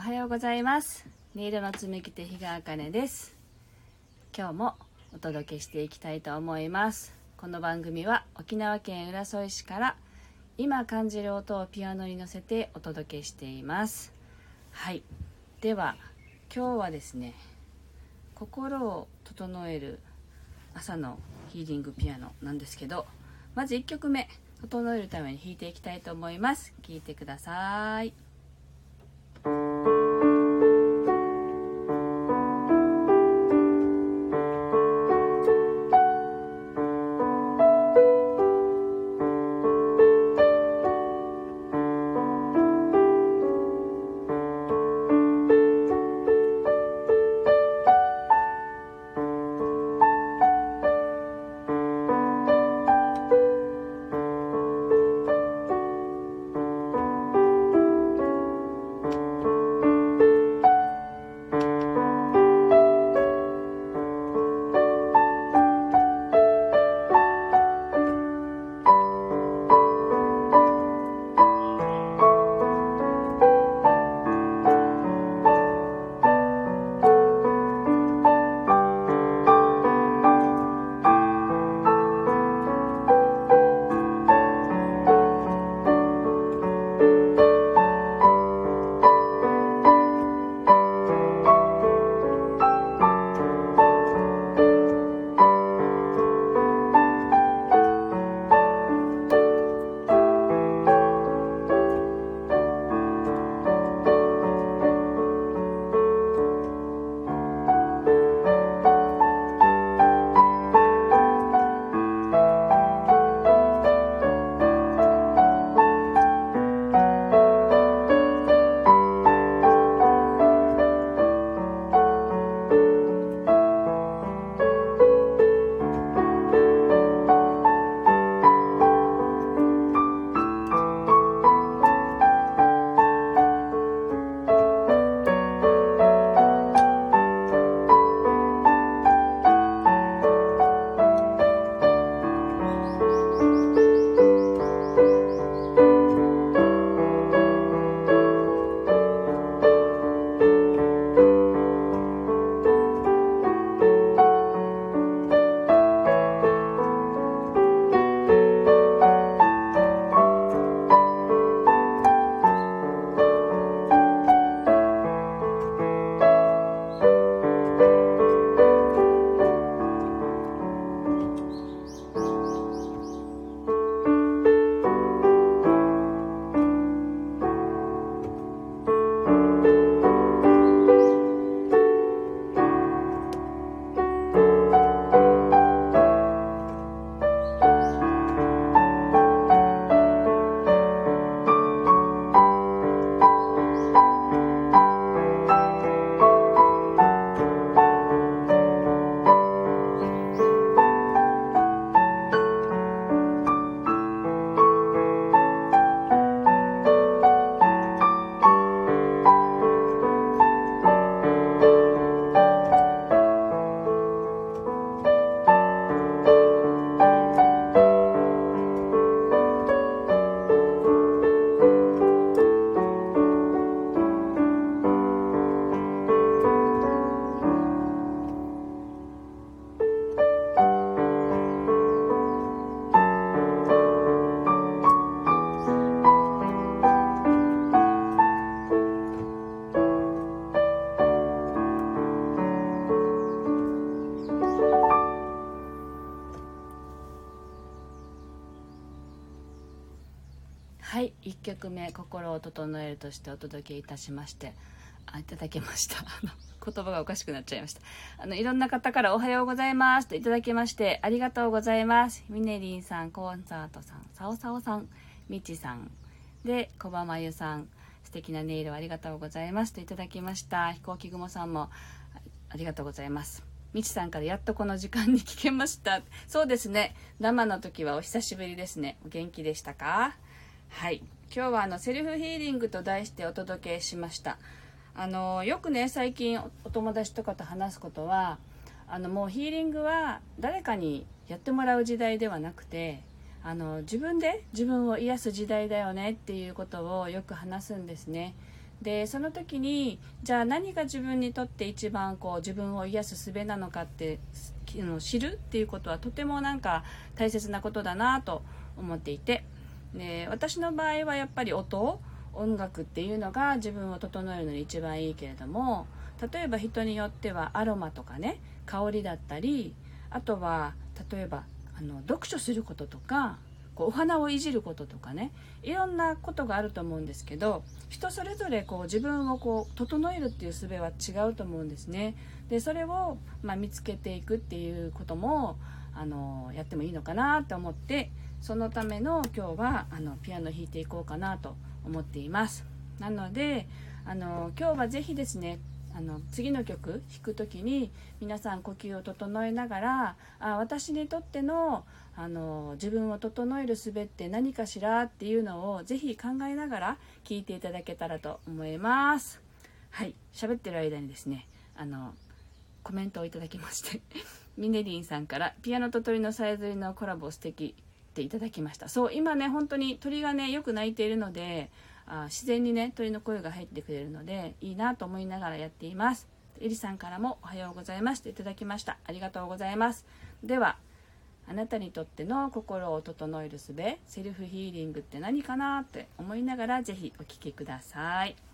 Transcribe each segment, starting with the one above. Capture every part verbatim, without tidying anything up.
おはようございます。音色の紡ぎ手日川茜です。今日もお届けしていきたいと思います。この番組は沖縄県浦添市から今感じる音をピアノに乗せてお届けしています。はい、では今日はですね、心を整える朝のヒーリングピアノなんですけど、まずいっきょくめ整えるために弾いていきたいと思います。聴いてください。はい、いっきょくめ心を整えるとしてお届けいたしましてあいただきましたあの言葉がおかしくなっちゃいました。あのいろんな方からおはようございますといただきましてありがとうございます。みねりんさん、コンサートさん、さおさおさん、みちさんでこばまゆさん、素敵な音色ありがとうございますといただきました。飛行機雲さんもありがとうございます。みちさんからやっとこの時間に聞けました。そうですね、生の時はお久しぶりですね。お元気でしたか？はい、今日はあのセルフヒーリングと題してお届けしました。あのよくね、最近お友達とかと話すことは、あのもうヒーリングは誰かにやってもらう時代ではなくて、あの自分で自分を癒す時代だよねっていうことをよく話すんですね。 でその時にじゃあ何が自分にとって一番こう自分を癒す術なのかって知るっていうことはとてもなんか大切なことだなと思っていて、で私の場合はやっぱり音音楽っていうのが自分を整えるのに一番いいけれども、例えば人によってはアロマとかね、香りだったり、あとは例えばあの読書することとか、こうお花をいじることとかね、いろんなことがあると思うんですけど、人それぞれこう自分をこう整えるっていう術は違うと思うんですね。でそれを、まあ、見つけていくっていうこともあのやってもいいのかなと思って、そのための今日はあのピアノ弾いていこうかなと思っています。なのであの今日はぜひですね、あの次の曲弾くときに皆さん呼吸を整えながら、あ私にとっての、あの自分を整える術って何かしらっていうのをぜひ考えながら聴いていただけたらと思います。はい、喋ってる間にですね、あのコメントをいただきましてミネリンさんからピアノと鳥のさえずりのコラボ素敵っていただきました。そう、今ね本当に鳥がねよく鳴いているので、あ自然にね鳥の声が入ってくれるのでいいなと思いながらやっています。エリさんからもおはようございますといただきました。ありがとうございます。ではあなたにとっての心を整える術、セルフヒーリングって何かなって思いながらぜひお聞きください。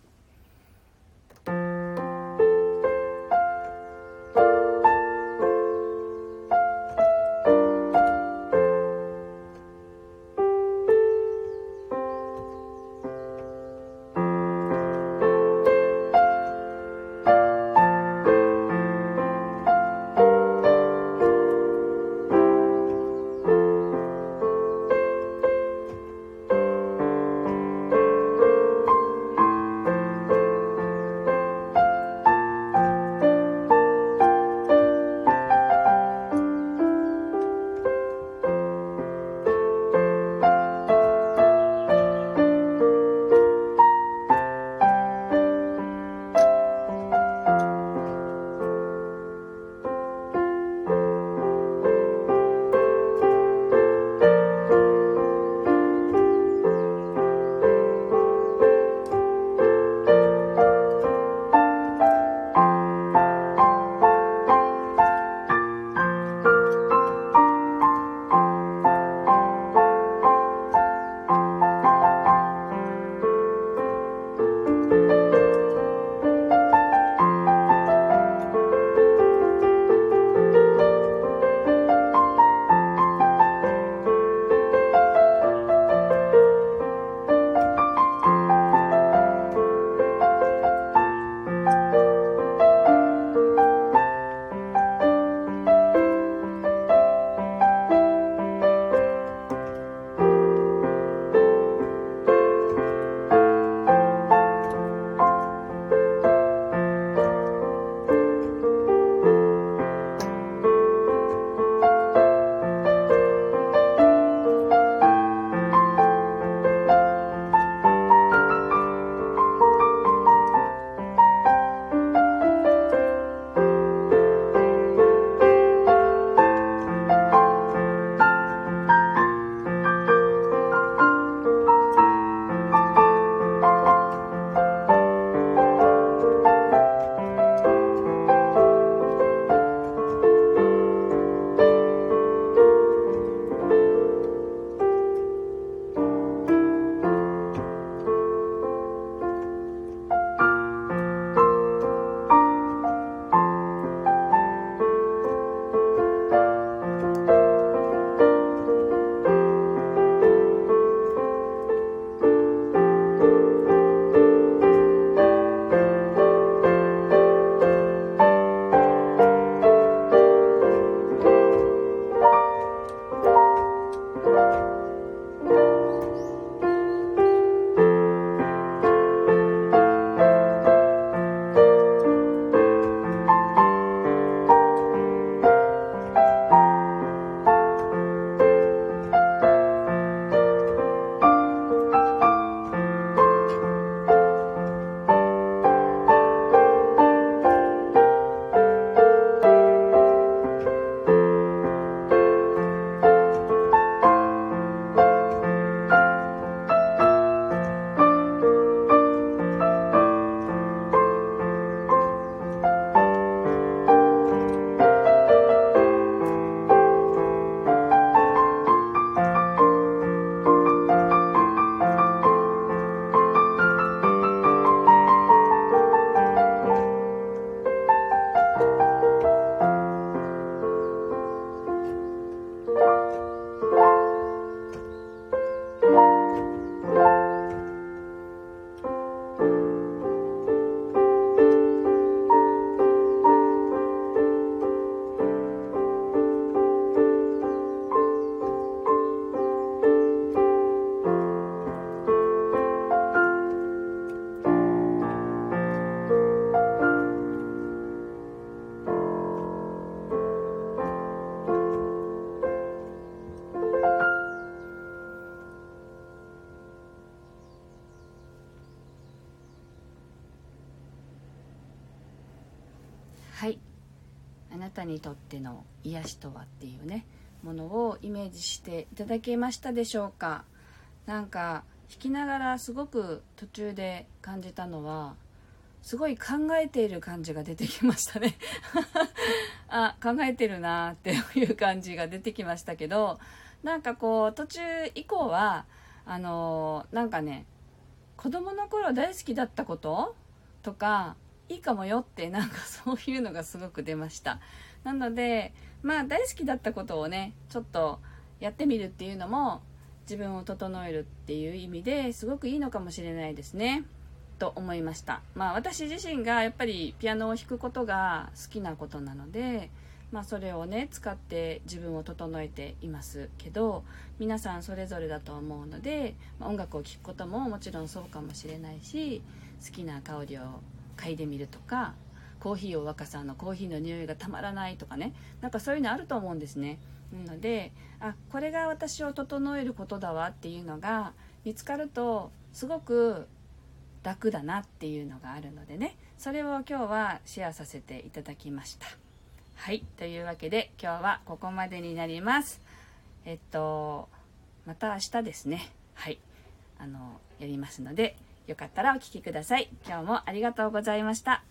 はい、あなたにとっての癒しとはっていうねものをイメージしていただけましたでしょうか。なんか弾きながらすごく途中で感じたのは、すごい考えている感じが出てきましたねあ、考えてるなっていう感じが出てきましたけど、なんかこう途中以降はあのー、なんかね、子供の頃大好きだったこととかいいかもよって、なんかそういうのがすごく出ました。なのでまあ大好きだったことをねちょっとやってみるっていうのも自分を整えるっていう意味ですごくいいのかもしれないですねと思いました。まあ私自身がやっぱりピアノを弾くことが好きなことなので、まあそれをね使って自分を整えていますけど、皆さんそれぞれだと思うので、まあ、音楽を聴くことももちろんそうかもしれないし、好きな香りを嗅いでみるとか、コーヒーを若さんのコーヒーの匂いがたまらないとかね、なんかそういうのあると思うんですね。なので、あ、これが私を整えることだわっていうのが見つかるとすごく楽だなっていうのがあるのでね、それを今日はシェアさせていただきました。はい、というわけで今日はここまでになります。えっとまた明日ですね、はい、あのやりますので、よかったらお聞きください。今日もありがとうございました。